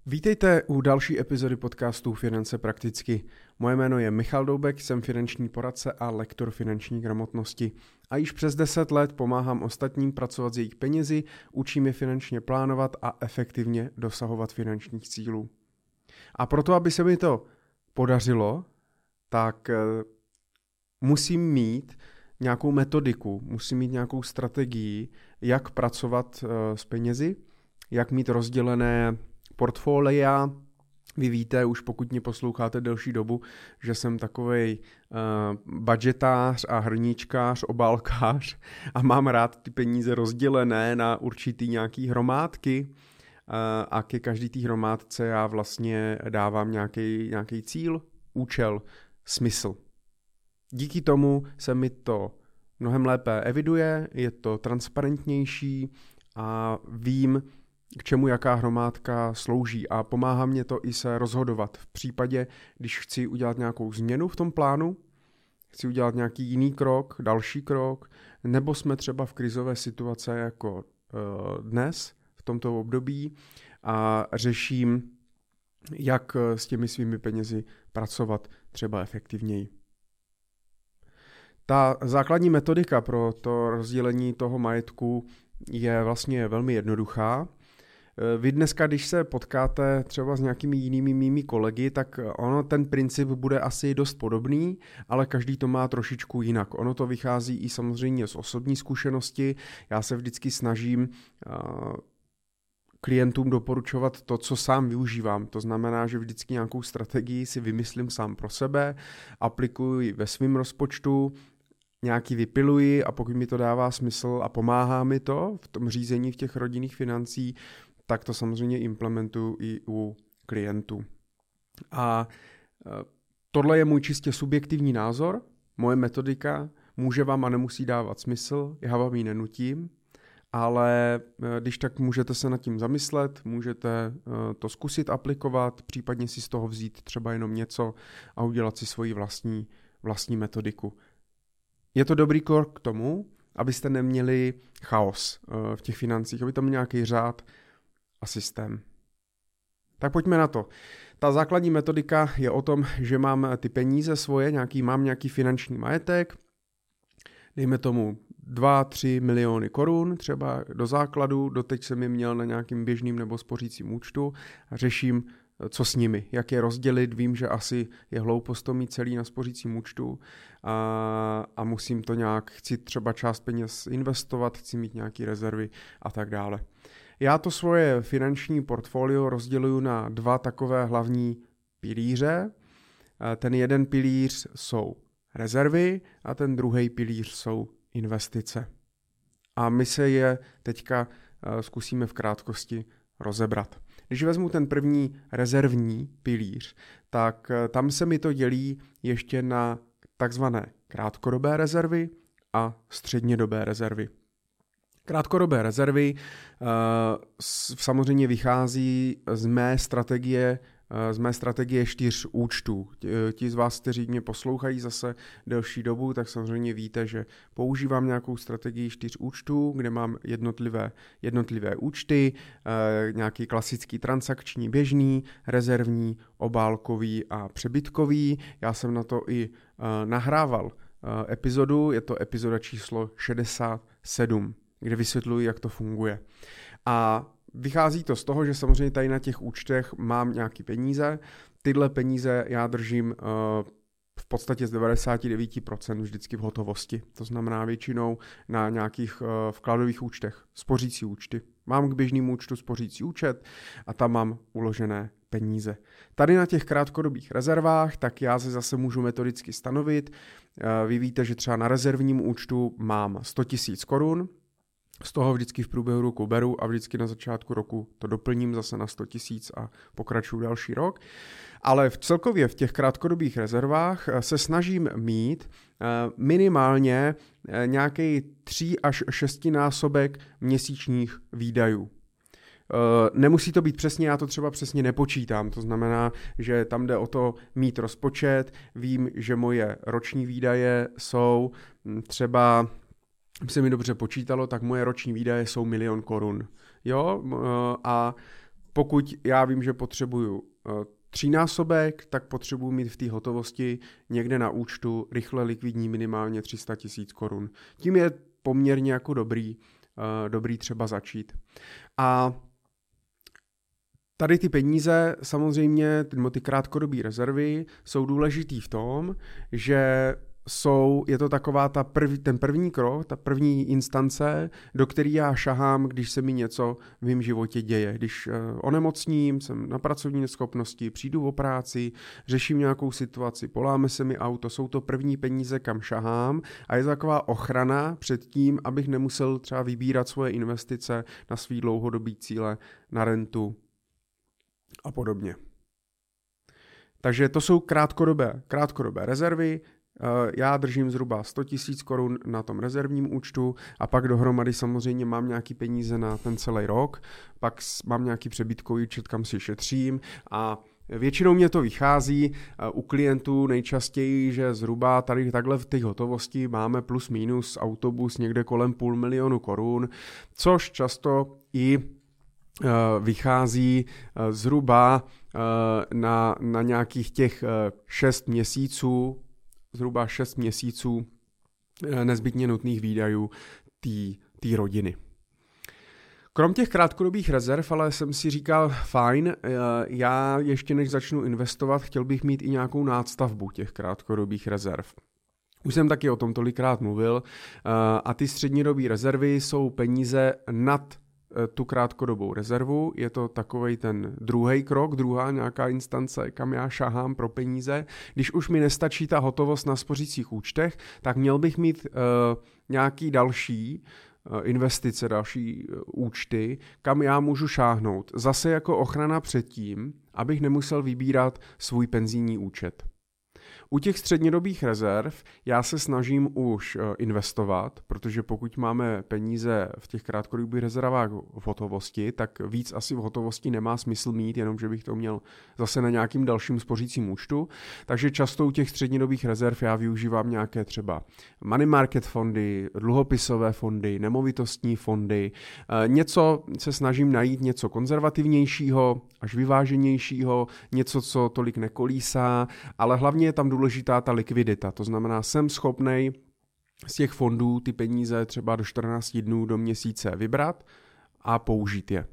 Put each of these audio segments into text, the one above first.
Vítejte u další epizody podcastu Finance prakticky. Moje jméno je Michal Doubek, jsem finanční poradce a lektor finanční gramotnosti. A již přes 10 let pomáhám ostatním pracovat s jejich penězi, učím je finančně plánovat a efektivně dosahovat finančních cílů. A proto, aby se mi to podařilo, tak musím mít nějakou metodiku, musím mít nějakou strategii, jak pracovat s penězi, jak mít rozdělené portfolia. Vy víte, už pokud mě posloucháte delší dobu, že jsem takovej budgetář a hrníčkář, obálkář a mám rád ty peníze rozdělené na určitý nějaký hromádky a ke každý té hromádce já vlastně dávám nějaký cíl, účel, smysl. Díky tomu se mi to mnohem lépe eviduje, je to transparentnější a vím, k čemu jaká hromádka slouží a pomáhá mě to i se rozhodovat v případě, když chci udělat nějakou změnu v tom plánu, chci udělat nějaký jiný krok, další krok, nebo jsme třeba v krizové situace jako dnes, v tomto období a řeším, jak s těmi svými penězi pracovat třeba efektivněji. Ta základní metodika pro to rozdělení toho majetku je vlastně velmi jednoduchá. Vy dneska, když se potkáte třeba s nějakými jinými mými kolegy, tak ten princip bude asi dost podobný, ale každý to má trošičku jinak. Ono to vychází i samozřejmě z osobní zkušenosti. Já se vždycky snažím klientům doporučovat to, co sám využívám. To znamená, že vždycky nějakou strategii si vymyslím sám pro sebe, aplikuji ve svém rozpočtu, nějaký vypiluji a pokud mi to dává smysl a pomáhá mi to v tom řízení v těch rodinných financí, tak to samozřejmě implementuju i u klientů. A tohle je můj čistě subjektivní názor, moje metodika může vám a nemusí dávat smysl, já vám ji nenutím, ale když tak můžete se nad tím zamyslet, můžete to zkusit aplikovat, případně si z toho vzít třeba jenom něco a udělat si svoji vlastní metodiku. Je to dobrý krok k tomu, abyste neměli chaos v těch financích, aby tam měl nějaký řád a systém. Tak pojďme na to. Ta základní metodika je o tom, že mám ty peníze svoje, mám nějaký finanční majetek, dejme tomu 2-3 miliony korun třeba do základu, doteď jsem je měl na nějakým běžným nebo spořícím účtu a řeším, co s nimi, jak je rozdělit, vím, že asi je hloupost to mít celý na spořícím účtu a musím to nějak, chci třeba část peněz investovat, chci mít nějaké rezervy a tak dále. Já to svoje finanční portfolio rozděluju na 2 takové hlavní pilíře. Ten jeden pilíř jsou rezervy a ten druhý pilíř jsou investice. A my se je teďka zkusíme v krátkosti rozebrat. Když vezmu ten první rezervní pilíř, tak tam se mi to dělí ještě na takzvané krátkodobé rezervy a střednědobé rezervy. Krátkodobé rezervy samozřejmě vychází z mé strategie 4 účtů. Ti z vás, kteří mě poslouchají zase delší dobu, tak samozřejmě víte, že používám nějakou strategii 4 účtů, kde mám jednotlivé účty, nějaký klasický transakční běžný, rezervní, obálkový a přebytkový. Já jsem na to i nahrával epizodu, je to epizoda číslo 67, kde vysvětluji, jak to funguje. A vychází to z toho, že samozřejmě tady na těch účtech mám nějaké peníze. Tyhle peníze já držím v podstatě z 99% vždycky v hotovosti. To znamená většinou na nějakých vkladových účtech, spořící účty. Mám k běžnému účtu spořící účet a tam mám uložené peníze. Tady na těch krátkodobých rezervách, tak já se zase můžu metodicky stanovit. Vy víte, že třeba na rezervním účtu mám 100 000 korun, z toho vždycky v průběhu roku beru a vždycky na začátku roku to doplním zase na 100 000 a pokračuju další rok. Ale celkově v těch krátkodobých rezervách se snažím mít minimálně nějaký 3 až 6 násobek měsíčních výdajů. Nemusí to být přesně, já to třeba přesně nepočítám, to znamená, že tam jde o to mít rozpočet, vím, že moje roční výdaje jsou třeba, aby se mi dobře počítalo, tak moje roční výdaje jsou 1 000 000 korun. Jo, a Pokud já vím, že potřebuju 3násobek, tak potřebuji mít v té hotovosti někde na účtu rychle likvidní minimálně 300 000 korun. Tím je poměrně jako dobrý třeba začít. A tady ty peníze, samozřejmě, ty krátkodobé rezervy jsou důležitý v tom, že je to taková ten první krok, ta první instance, do který já šahám, když se mi něco v mém životě děje. Když onemocním, jsem na pracovní neschopnosti, přijdu o práci, řeším nějakou situaci, poláme se mi auto, jsou to první peníze, kam šahám a je to taková ochrana před tím, abych nemusel třeba vybírat svoje investice na svý dlouhodobý cíle, na rentu a podobně. Takže to jsou krátkodobé rezervy. Já držím zhruba 100 000 korun na tom rezervním účtu a pak dohromady samozřejmě mám nějaký peníze na ten celý rok, pak mám nějaký přebytkový účet, kam si šetřím a většinou mě to vychází u klientů nejčastěji, že zhruba tady takhle v té hotovosti máme plus minus autobus někde kolem 500 000 korun, což často i vychází zhruba na nějakých těch 6 měsíců, zhruba 6 měsíců nezbytně nutných výdajů té rodiny. Krom těch krátkodobých rezerv, ale jsem si říkal, fajn, já ještě než začnu investovat, chtěl bych mít i nějakou nástavbu těch krátkodobých rezerv. Už jsem taky o tom tolikrát mluvil a ty střednědobé rezervy jsou peníze nad tu krátkodobou rezervu, je to takovej ten druhý krok, druhá nějaká instance, kam já šahám pro peníze. Když už mi nestačí ta hotovost na spořících účtech, tak měl bych mít nějaký další investice, další účty, kam já můžu šáhnout. Zase jako ochrana před tím, abych nemusel vybírat svůj penzijní účet. U těch střednědobých rezerv já se snažím už investovat, protože pokud máme peníze v těch krátkodobých rezervách v hotovosti, tak víc asi v hotovosti nemá smysl mít, jenomže bych to měl zase na nějakým dalším spořícím účtu. Takže často u těch střednědobých rezerv já využívám nějaké třeba money market fondy, dluhopisové fondy, nemovitostní fondy. Něco se snažím najít něco konzervativnějšího, až vyváženějšího, něco, co tolik nekolísá, ale hlavně je tam důležitá ta likvidita, to znamená, jsem schopnej z těch fondů ty peníze třeba do 14 dnů do měsíce vybrat a použít je.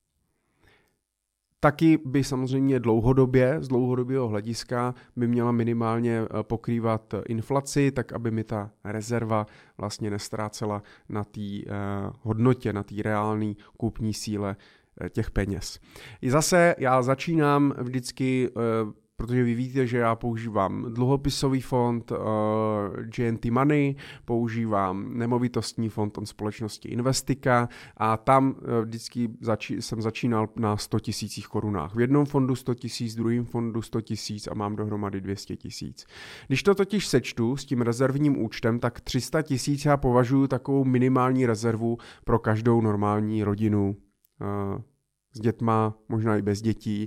Taky by samozřejmě z dlouhodobého hlediska by měla minimálně pokrývat inflaci, tak aby mi ta rezerva vlastně nestrácela na té hodnotě, na té reálné kupní síle těch peněz. I zase já začínám vždycky, protože vy víte, že já používám dluhopisový fond GNT Money, používám nemovitostní fond od společnosti Investika a tam vždycky jsem začínal na 100 000 korunách. V jednom fondu 100 000, v druhém fondu 100 000 a mám dohromady 200 000. Když to totiž sečtu s tím rezervním účtem, tak 300 000 já považuji takovou minimální rezervu pro každou normální rodinu s dětma, možná i bez dětí.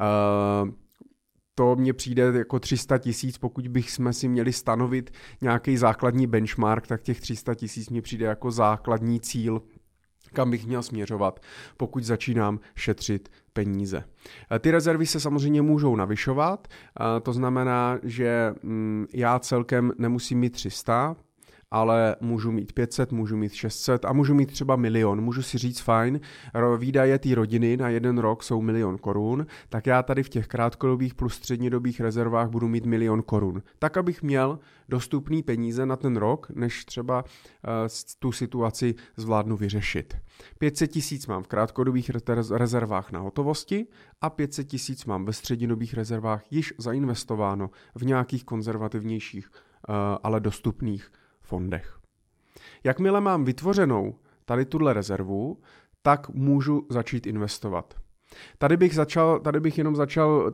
To mně přijde jako 300 000, pokud jsme si měli stanovit nějaký základní benchmark, tak těch 300 000 mně přijde jako základní cíl, kam bych měl směřovat, pokud začínám šetřit peníze. Ty rezervy se samozřejmě můžou navyšovat, to znamená, že já celkem nemusím mít 300, ale můžu mít 500, můžu mít 600 a můžu mít třeba 1 000 000. Můžu si říct, fajn, výdaje té rodiny na 1 rok jsou 1 000 000 korun, tak já tady v těch krátkodobých plus střednědobých rezervách budu mít 1 000 000 korun. Tak, abych měl dostupný peníze na ten rok, než třeba tu situaci zvládnu vyřešit. 500 000 mám v krátkodobých rezervách na hotovosti a 500 000 mám ve střednědobých rezervách již zainvestováno v nějakých konzervativnějších, ale dostupných fondech. Jakmile mám vytvořenou tady tuhle rezervu, tak můžu začít investovat. Tady bych jenom začal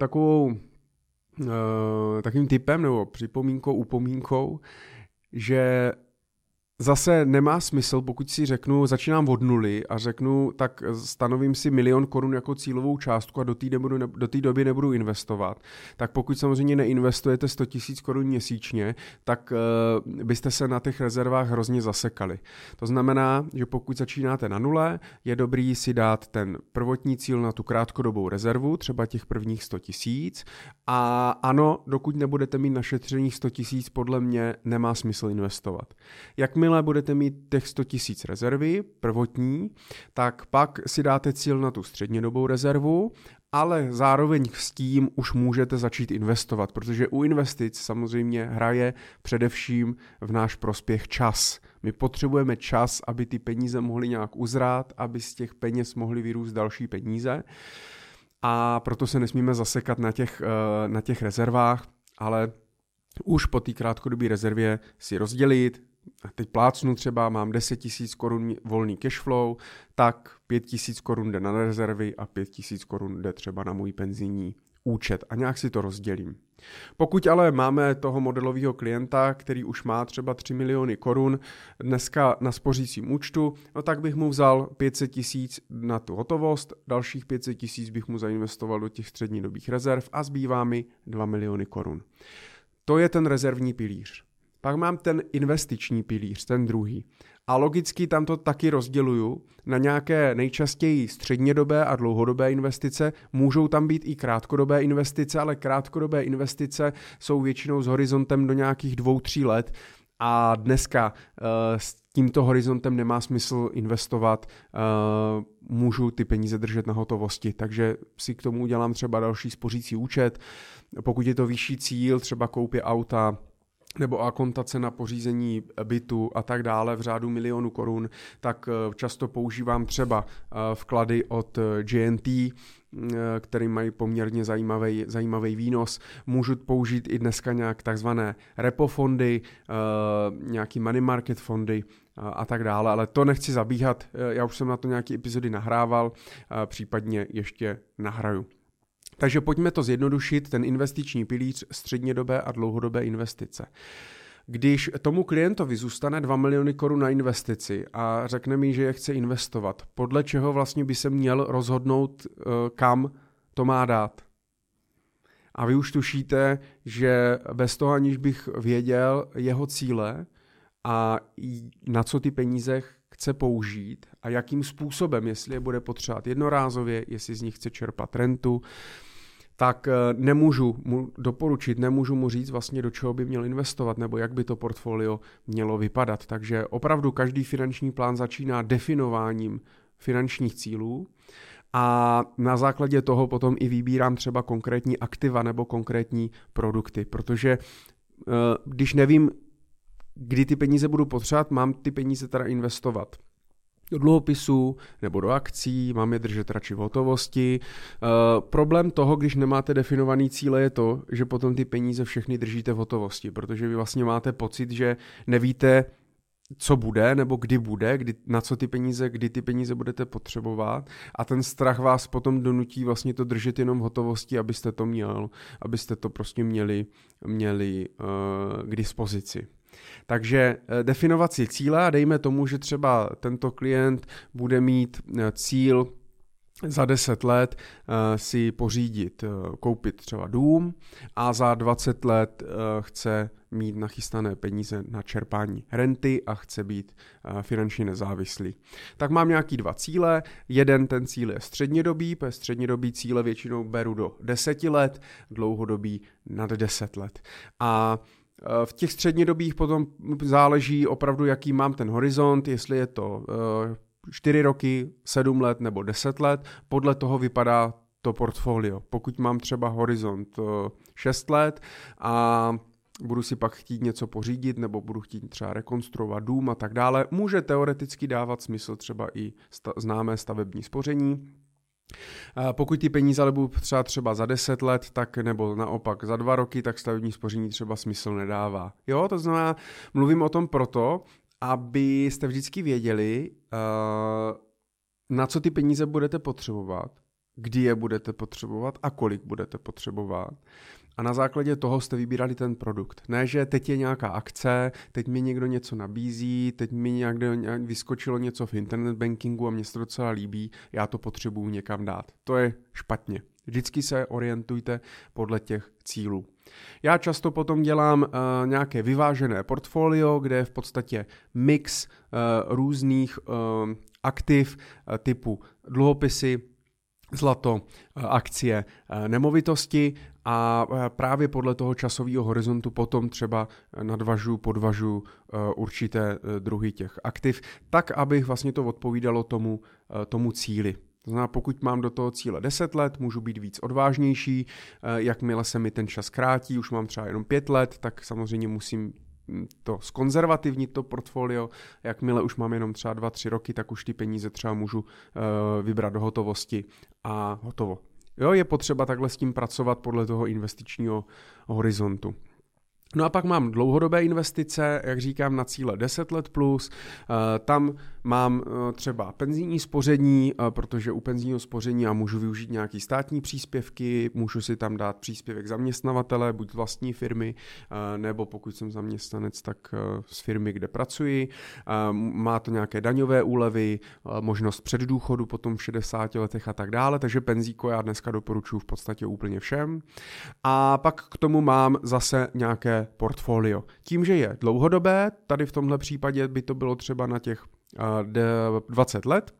takovým tipem nebo upomínkou, že Zase nemá smysl, pokud si řeknu, začínám od nuly a řeknu, tak stanovím si 1 000 000 korun jako cílovou částku a do té doby nebudu investovat. Tak pokud samozřejmě neinvestujete 100 000 korun měsíčně, tak byste se na těch rezervách hrozně zasekali. To znamená, že pokud začínáte na nule, je dobrý si dát ten prvotní cíl na tu krátkodobou rezervu, třeba těch prvních 100 000. A ano, dokud nebudete mít našetřených 100 000, podle mě nemá smysl investovat. Jakmile budete mít těch 100 000 rezervy, prvotní, tak pak si dáte cíl na tu střednědobou rezervu, ale zároveň s tím už můžete začít investovat, protože u investic samozřejmě hraje především v náš prospěch čas. My potřebujeme čas, aby ty peníze mohly nějak uzrát, aby z těch peněz mohly vyrůst další peníze, a proto se nesmíme zasekat na těch rezervách, ale už po té krátkodobé rezervě si rozdělit. Teď plácnu třeba, mám 10 000 korun volný cashflow, tak 5 000 korun jde na rezervy a 5 000 korun jde třeba na můj penzijní účet a nějak si to rozdělím. Pokud ale máme toho modelového klienta, který už má třeba 3 miliony korun dneska na spořícím účtu, no tak bych mu vzal 500 000 na tu hotovost, dalších 500 000 bych mu zainvestoval do těch střednědobých rezerv a zbývá mi 2 miliony korun. To je ten rezervní pilíř. Pak mám ten investiční pilíř, ten druhý. A logicky tam to taky rozděluju na nějaké nejčastěji střednědobé a dlouhodobé investice. Můžou tam být i krátkodobé investice, ale krátkodobé investice jsou většinou s horizontem do nějakých 2-3 let. A dneska s tímto horizontem nemá smysl investovat, můžu ty peníze držet na hotovosti, takže si k tomu udělám třeba další spořící účet. Pokud je to vyšší cíl, třeba koupě auta, nebo akontace na pořízení bytu a tak dále v řádu milionu korun, tak často používám třeba vklady od JNT, který mají poměrně zajímavý výnos. Můžu použít i dneska nějak takzvané repo fondy, nějaký money market fondy a tak dále, ale to nechci zabíhat, já už jsem na to nějaké epizody nahrával, případně ještě nahraju. Takže pojďme to zjednodušit, ten investiční pilíř, střednědobé a dlouhodobé investice. Když tomu klientovi zůstane 2 miliony korun na investici a řekne mi, že je chce investovat, podle čeho vlastně by se měl rozhodnout, kam to má dát? A vy už tušíte, že bez toho, aniž bych věděl jeho cíle a na co ty peníze chce použít a jakým způsobem, jestli je bude potřebovat jednorázově, jestli z nich chce čerpat rentu, tak nemůžu mu doporučit, nemůžu mu říct vlastně, do čeho by měl investovat nebo jak by to portfolio mělo vypadat. Takže opravdu každý finanční plán začíná definováním finančních cílů a na základě toho potom i vybírám třeba konkrétní aktiva nebo konkrétní produkty, protože když nevím, kdy ty peníze budu potřebovat, mám ty peníze teda investovat do dluhopisů nebo do akcí, mám je držet radši v hotovosti. Problém toho, když nemáte definovaný cíle, je to, že potom ty peníze všechny držíte v hotovosti, protože vy vlastně máte pocit, že nevíte, co bude nebo kdy bude, na co kdy ty peníze budete potřebovat a ten strach vás potom donutí vlastně to držet jenom v hotovosti, abyste to prostě měli k dispozici. Takže definovat si cíle a dejme tomu, že třeba tento klient bude mít cíl za 10 let si koupit třeba dům a za 20 let chce mít nachystané peníze na čerpání renty a chce být finančně nezávislý. Tak mám nějaký 2 cíle. Jeden ten cíl je střednědobý, protože střednědobý cíle většinou beru do 10 let, dlouhodobý nad 10 let. A v těch střednědobých potom záleží opravdu, jaký mám ten horizont, jestli je to 4 roky, 7 let nebo 10 let, podle toho vypadá to portfolio. Pokud mám třeba horizont 6 let a budu si pak chtít něco pořídit nebo budu chtít třeba rekonstruovat dům a tak dále, může teoreticky dávat smysl třeba i známé stavební spoření. Pokud ty peníze ale budou třeba za 10 let, tak nebo naopak za 2 roky, tak stavební spoření třeba smysl nedává. Jo, to znamená, mluvím o tom proto, abyste vždycky věděli, na co ty peníze budete potřebovat kdy je budete potřebovat a kolik budete potřebovat. A na základě toho jste vybírali ten produkt. Ne, že teď je nějaká akce, teď mi někdo něco nabízí, teď mi nějak vyskočilo něco v internet bankingu a mně se to docela líbí, já to potřebuju někam dát. To je špatně. Vždycky se orientujte podle těch cílů. Já často potom dělám nějaké vyvážené portfolio, kde je v podstatě mix různých aktiv typu dluhopisy, zlato, akcie, nemovitosti a právě podle toho časového horizontu potom třeba podvažu určité druhy těch aktiv, tak, abych vlastně to odpovídalo tomu cíli. To znamená, pokud mám do toho cíle 10 let, můžu být víc odvážnější, jakmile se mi ten čas krátí, už mám třeba jenom 5 let, tak samozřejmě musím to zkonzervativnit to portfolio, jakmile už mám jenom třeba 2-3 roky, tak už ty peníze třeba můžu vybrat do hotovosti a hotovo. Jo, je potřeba takhle s tím pracovat podle toho investičního horizontu. No a pak mám dlouhodobé investice, jak říkám, na cíle 10 let plus, tam mám třeba penzijní spoření, protože u penzijního spoření já můžu využít nějaký státní příspěvky, můžu si tam dát příspěvek zaměstnavatele, buď vlastní firmy, nebo pokud jsem zaměstnanec, tak z firmy, kde pracuji. Má to nějaké daňové úlevy, možnost předdůchodu potom v 60 letech a tak dále, takže penzíko já dneska doporučuji v podstatě úplně všem. A pak k tomu mám zase nějaké portfolio. Tím, že je dlouhodobé, tady v tomhle případě by to bylo třeba na těch 20 let,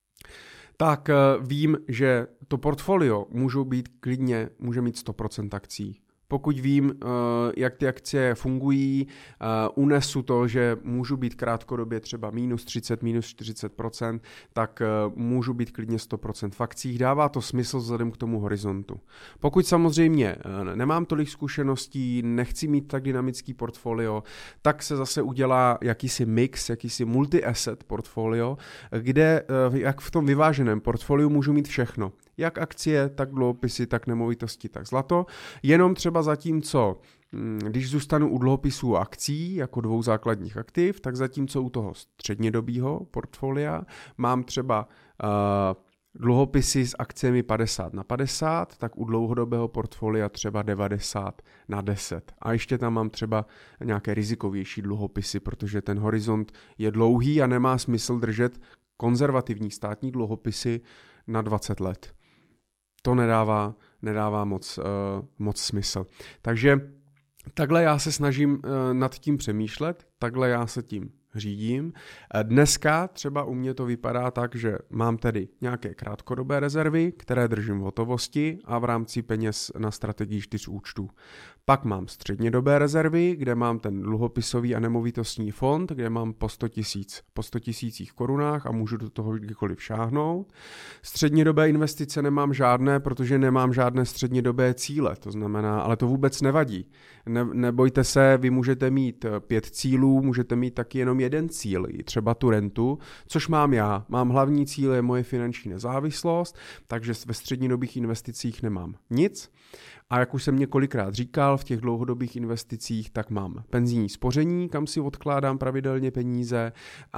tak vím, že to portfolio může mít 100% akcí. Pokud vím, jak ty akcie fungují, unesu to, že můžu být krátkodobě třeba minus 30, minus 40%, tak můžu být klidně 100% v akcích. Dává to smysl vzhledem k tomu horizontu. Pokud samozřejmě nemám tolik zkušeností, nechci mít tak dynamický portfolio, tak se zase udělá jakýsi mix, jakýsi multi-asset portfolio, kde jak v tom vyváženém portfoliu můžu mít všechno. Jak akcie, tak dluhopisy, tak nemovitosti, tak zlato. Jenom třeba zatímco, když zůstanu u dluhopisů a akcí jako 2 základních aktiv, tak zatímco u toho střednědobého portfolia mám třeba dluhopisy s akciemi 50/50, tak u dlouhodobého portfolia třeba 90/10. A ještě tam mám třeba nějaké rizikovější dluhopisy, protože ten horizont je dlouhý a nemá smysl držet konzervativní státní dluhopisy na 20 let. To nedává moc smysl. Takže takhle já se snažím nad tím přemýšlet, takhle já se tím řídím. Dneska třeba u mě to vypadá tak, že mám tedy nějaké krátkodobé rezervy, které držím v hotovosti a v rámci peněz na strategii 4 účtů. Pak mám střednědobé rezervy, kde mám ten dluhopisový a nemovitostní fond, kde mám po 100 tisících korunách a můžu do toho kdykoliv šáhnout. Střednědobé investice nemám žádné, protože nemám žádné střednědobé cíle, to znamená, ale to vůbec nevadí. Nebojte se, vy můžete mít 5 cílů, můžete mít taky jenom jeden cíl, třeba tu rentu, což mám já. Mám hlavní cíl, je moje finanční nezávislost, takže ve střednědobých investicích nemám nic. A jak už jsem několikrát říkal, v těch dlouhodobých investicích tak mám penzijní spoření, kam si odkládám pravidelně peníze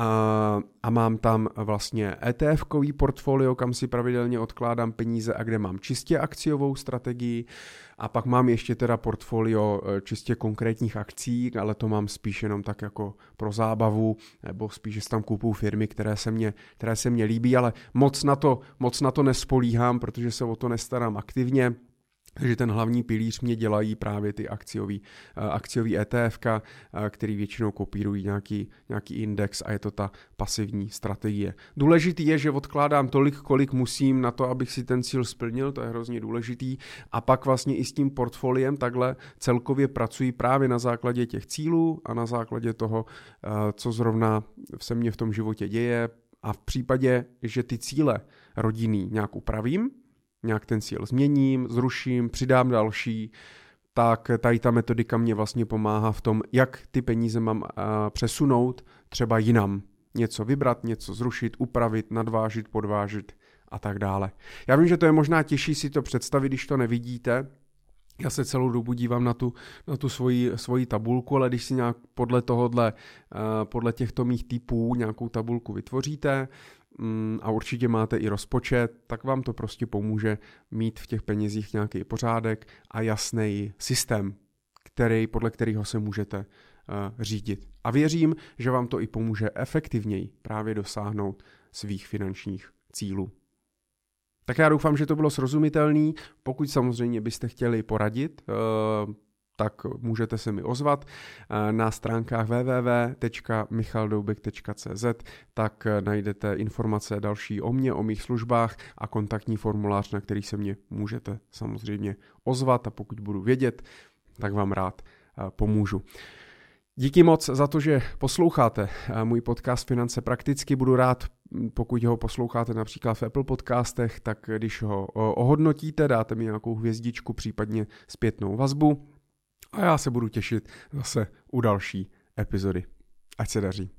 a mám tam vlastně ETF-kový portfolio, kam si pravidelně odkládám peníze a kde mám čistě akciovou strategii. A pak mám ještě teda portfolio čistě konkrétních akcí, ale to mám spíš jenom tak jako pro zábavu, nebo spíš, že tam kupuju firmy, které se mně líbí, ale moc na to nespolíhám, protože se o to nestarám aktivně. Takže ten hlavní pilíř mě dělají právě ty akciový ETFka, který většinou kopírují nějaký index a je to ta pasivní strategie. Důležitý je, že odkládám tolik, kolik musím na to, abych si ten cíl splnil, to je hrozně důležitý. A pak vlastně i s tím portfoliem takhle celkově pracuji právě na základě těch cílů a na základě toho, co zrovna se mně v tom životě děje. A v případě, že ty cíle rodinný nějak upravím, nějak ten cíl změním, zruším, přidám další, tak tady ta metodika mě vlastně pomáhá v tom, jak ty peníze mám přesunout třeba jinam. Něco vybrat, něco zrušit, upravit, nadvážit, podvážit a tak dále. Já vím, že to je možná těžší si to představit, když to nevidíte. Já se celou dobu dívám na tu svoji tabulku, ale když si nějak podle těchto mých typů nějakou tabulku vytvoříte, a určitě máte i rozpočet, tak vám to prostě pomůže mít v těch penězích nějaký pořádek a jasný systém, podle kterého se můžete řídit. A věřím, že vám to i pomůže efektivněji právě dosáhnout svých finančních cílů. Tak já doufám, že to bylo srozumitelné. Pokud samozřejmě byste chtěli poradit, tak můžete se mi ozvat na stránkách www.michaldoubek.cz, tak najdete informace další o mně, o mých službách a kontaktní formulář, na který se mě můžete samozřejmě ozvat, a pokud budu vědět, tak vám rád pomůžu. Díky moc za to, že posloucháte můj podcast Finance prakticky. Budu rád, pokud ho posloucháte například v Apple podcastech, tak když ho ohodnotíte, dáte mi nějakou hvězdičku, případně zpětnou vazbu. A já se budu těšit zase u další epizody. Ať se daří.